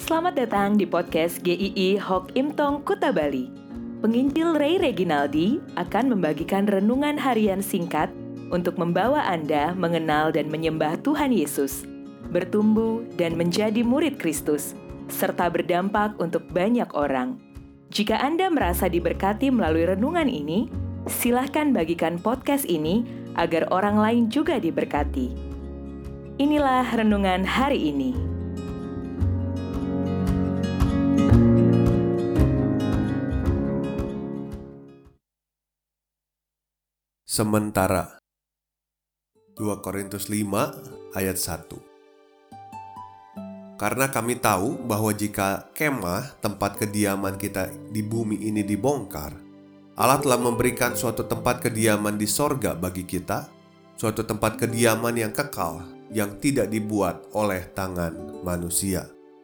Selamat datang di podcast GII Hok Im Tong Kuta Bali. Penginjil Ray Reginaldi akan membagikan renungan harian singkat untuk membawa Anda mengenal dan menyembah Tuhan Yesus, bertumbuh dan menjadi murid Kristus, serta berdampak untuk banyak orang. Jika Anda merasa diberkati melalui renungan ini, silahkan bagikan podcast ini agar orang lain juga diberkati. Inilah renungan hari ini. Sementara 2 Korintus 5 ayat 1. Karena kami tahu bahwa jika kemah tempat kediaman kita di bumi ini dibongkar, Allah telah memberikan suatu tempat kediaman di sorga bagi kita, suatu tempat kediaman yang kekal, yang tidak dibuat oleh tangan manusia.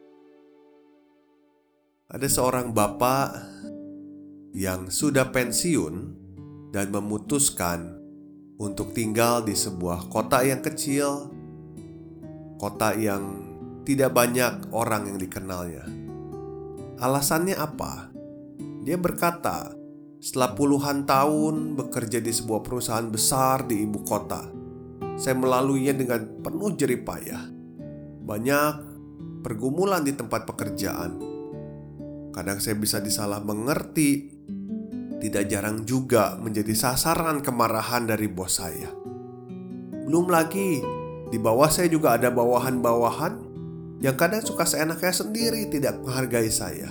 Ada seorang bapak yang sudah pensiun dan memutuskan untuk tinggal di sebuah kota yang kecil, kota yang tidak banyak orang yang dikenalnya. Alasannya apa? Dia berkata, setelah puluhan tahun bekerja di sebuah perusahaan besar di ibu kota, saya melaluinya dengan penuh jerih payah. Banyak pergumulan di tempat pekerjaan. Kadang saya bisa disalah mengerti. Tidak jarang juga menjadi sasaran kemarahan dari bos saya. Belum lagi, di bawah saya juga ada bawahan-bawahan yang kadang suka seenaknya sendiri tidak menghargai saya.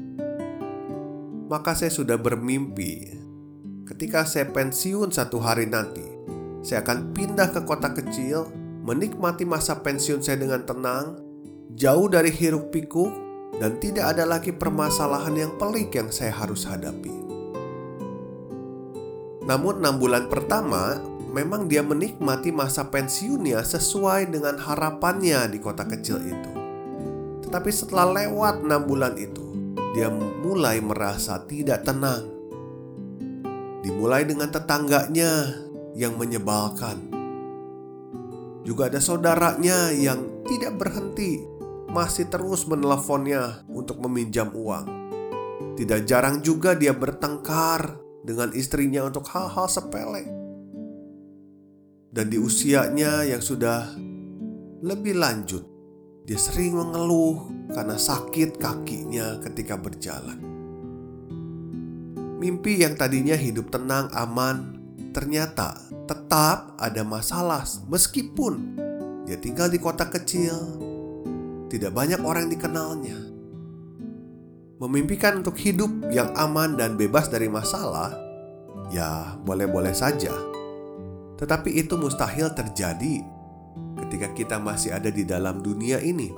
Maka saya sudah bermimpi, ketika saya pensiun satu hari nanti, saya akan pindah ke kota kecil, menikmati masa pensiun saya dengan tenang, jauh dari hiruk pikuk, dan tidak ada lagi permasalahan yang pelik yang saya harus hadapi. Namun 6 bulan pertama, memang dia menikmati masa pensiunnya sesuai dengan harapannya di kota kecil itu. Tetapi setelah lewat 6 bulan itu, dia mulai merasa tidak tenang. Dimulai dengan tetangganya yang menyebalkan. Juga ada saudaranya yang tidak berhenti, masih terus meneleponnya untuk meminjam uang. Tidak jarang juga dia bertengkar dengan istrinya untuk hal-hal sepele. Dan di usianya yang sudah lebih lanjut, dia sering mengeluh karena sakit kakinya ketika berjalan. Mimpi yang tadinya hidup tenang, aman, ternyata tetap ada masalah meskipun dia tinggal di kota kecil, tidak banyak orang yang dikenalnya. Memimpikan untuk hidup yang aman dan bebas dari masalah, ya boleh-boleh saja. Tetapi itu mustahil terjadi ketika kita masih ada di dalam dunia ini.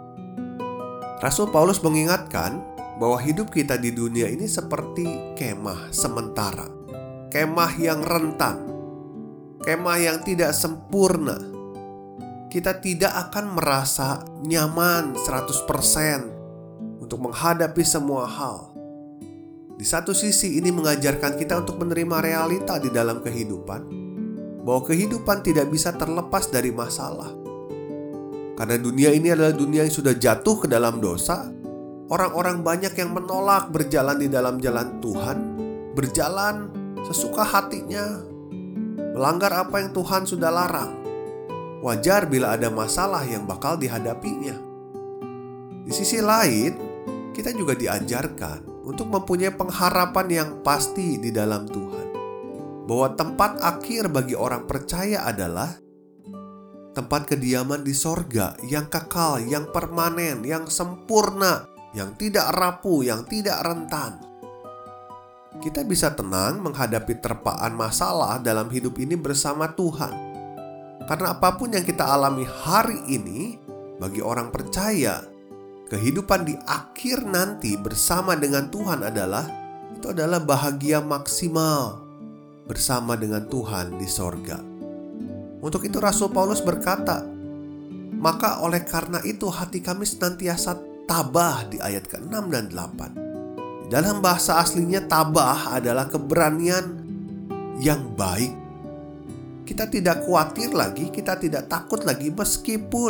Rasul Paulus mengingatkan bahwa hidup kita di dunia ini seperti kemah sementara. Kemah yang rentan. Kemah yang tidak sempurna. Kita tidak akan merasa nyaman 100% untuk menghadapi semua hal. Di satu sisi ini mengajarkan kita untuk menerima realita di dalam kehidupan, bahwa kehidupan tidak bisa terlepas dari masalah. Karena dunia ini adalah dunia yang sudah jatuh ke dalam dosa. Orang-orang banyak yang menolak berjalan di dalam jalan Tuhan, berjalan sesuka hatinya, melanggar apa yang Tuhan sudah larang. Wajar bila ada masalah yang bakal dihadapinya. Di sisi lain, kita juga diajarkan untuk mempunyai pengharapan yang pasti di dalam Tuhan. Bahwa tempat akhir bagi orang percaya adalah tempat kediaman di sorga yang kekal, yang permanen, yang sempurna, yang tidak rapuh, yang tidak rentan. Kita bisa tenang menghadapi terpaan masalah dalam hidup ini bersama Tuhan. Karena apapun yang kita alami hari ini, bagi orang percaya, kehidupan di akhir nanti bersama dengan Tuhan adalah bahagia maksimal bersama dengan Tuhan di sorga. Untuk itu Rasul Paulus berkata, maka oleh karena itu hati kami senantiasa tabah di ayat ke-6 dan 8. Dalam bahasa aslinya tabah adalah keberanian yang baik. Kita tidak khawatir lagi, kita tidak takut lagi meskipun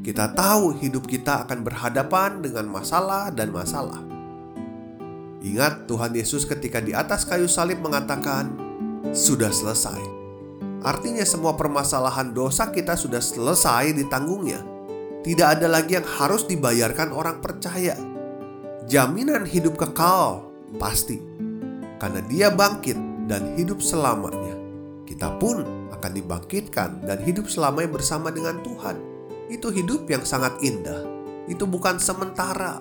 Kita tahu hidup kita akan berhadapan dengan masalah dan masalah. Ingat Tuhan Yesus ketika di atas kayu salib mengatakan, "Sudah selesai." Artinya semua permasalahan dosa kita sudah selesai ditanggungnya. Tidak ada lagi yang harus dibayarkan orang percaya. Jaminan hidup kekal pasti, karena Dia bangkit dan hidup selamanya. Kita pun akan dibangkitkan dan hidup selamanya bersama dengan Tuhan. Itu hidup yang sangat indah. Itu bukan sementara.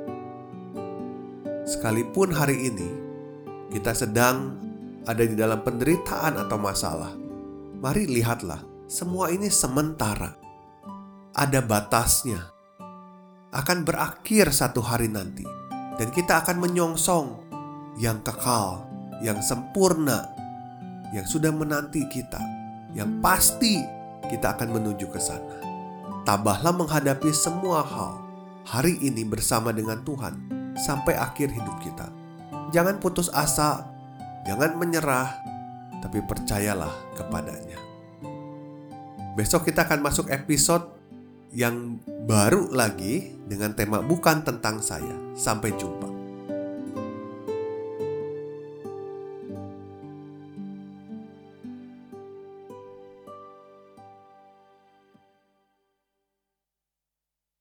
Sekalipun hari ini kita sedang ada di dalam penderitaan atau masalah, mari lihatlah, semua ini sementara. Ada batasnya. Akan berakhir satu hari nanti. Dan kita akan menyongsong yang kekal, yang sempurna, yang sudah menanti kita, yang pasti kita akan menuju ke sana. Tabahlah menghadapi semua hal hari ini bersama dengan Tuhan sampai akhir hidup kita. Jangan putus asa, jangan menyerah, tapi percayalah kepadanya. Besok kita akan masuk episode yang baru lagi dengan tema bukan tentang saya. Sampai jumpa.